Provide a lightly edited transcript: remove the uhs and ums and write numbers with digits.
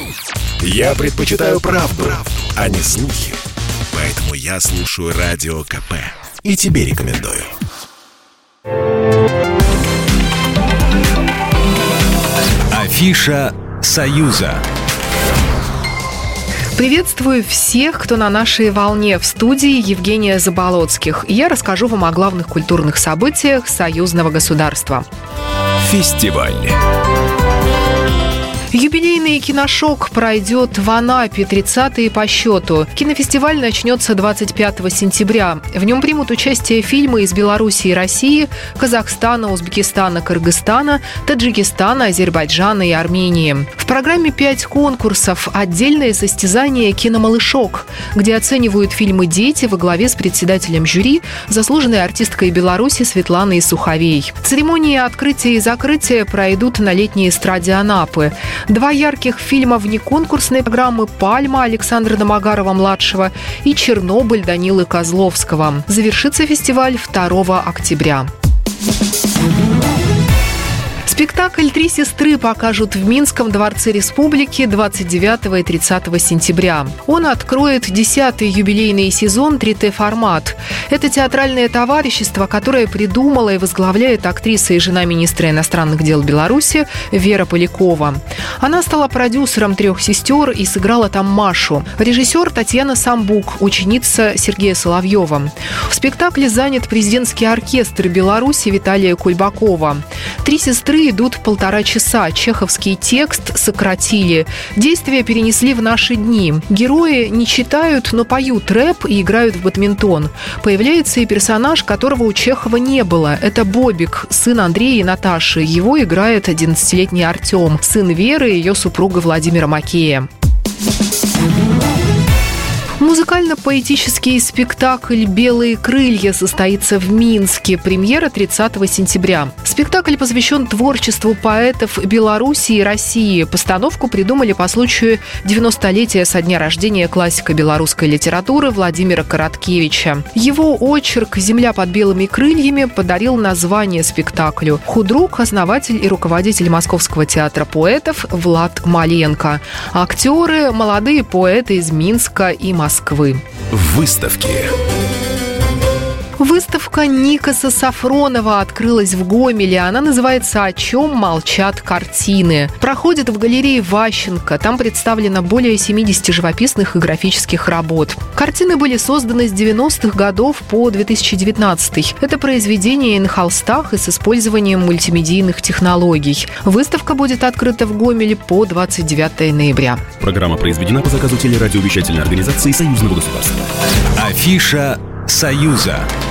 Я предпочитаю правду, а не слухи. Поэтому я слушаю Радио КП. И тебе рекомендую. Афиша «Союза». Приветствую всех, кто на нашей волне. В студии Евгения Заболоцких. Я расскажу вам о главных культурных событиях союзного государства. Фестиваль. Юбилейный киношок пройдет в Анапе, 30-й по счету. Кинофестиваль начнется 25 сентября. В нем примут участие фильмы из Беларуси и России, Казахстана, Узбекистана, Кыргызстана, Таджикистана, Азербайджана и Армении. В программе 5 конкурсов, отдельное состязание «Киномалышок», где оценивают фильмы дети во главе с председателем жюри, заслуженной артисткой Беларуси Светланой Суховей. Церемонии открытия и закрытия пройдут на летней эстраде Анапы. 2 ярких фильма вне конкурсной программы «Пальма» Александра Домогарова-младшего и «Чернобыль» Данилы Козловского. Завершится фестиваль 2 октября. Спектакль «Три сестры» покажут в Минском дворце Республики 29 и 30 сентября. Он откроет 10-й юбилейный сезон 3Т-формат. Это театральное товарищество, которое придумала и возглавляет актриса и жена министра иностранных дел Беларуси Вера Полякова. Она стала продюсером «Трех сестер» и сыграла там Машу. Режиссер Татьяна Самбук, ученица Сергея Соловьева. В спектакле занят президентский оркестр Беларуси Виталия Кульбакова. «Три сестры» идут 1,5 часа. Чеховский текст сократили. Действия перенесли в наши дни. Герои не читают, но поют рэп и играют в бадминтон. Появляется и персонаж, которого у Чехова не было. Это Бобик, сын Андрея и Наташи. Его играет 11-летний Артем, сын Веры и ее супруга Владимира Макея. Музыкально-поэтический спектакль «Белые крылья» состоится в Минске. Премьера 30 сентября. Спектакль посвящен творчеству поэтов Беларуси и России. Постановку придумали по случаю 90-летия со дня рождения классика белорусской литературы Владимира Короткевича. Его очерк «Земля под белыми крыльями» подарил название спектаклю. Худрук, основатель и руководитель Московского театра поэтов Влад Маленко. Актеры – молодые поэты из Минска и Москвы. Выставки. Выставка Никаса Сафронова открылась в Гомеле. Она называется «О чем молчат картины». Проходит в галерее Ващенко. Там представлено более 70 живописных и графических работ. Картины были созданы с 90-х годов по 2019. Это произведения на холстах и с использованием мультимедийных технологий. Выставка будет открыта в Гомеле по 29 ноября. Программа произведена по заказу телерадиовещательной организации Союзного государства. Афиша «Союза».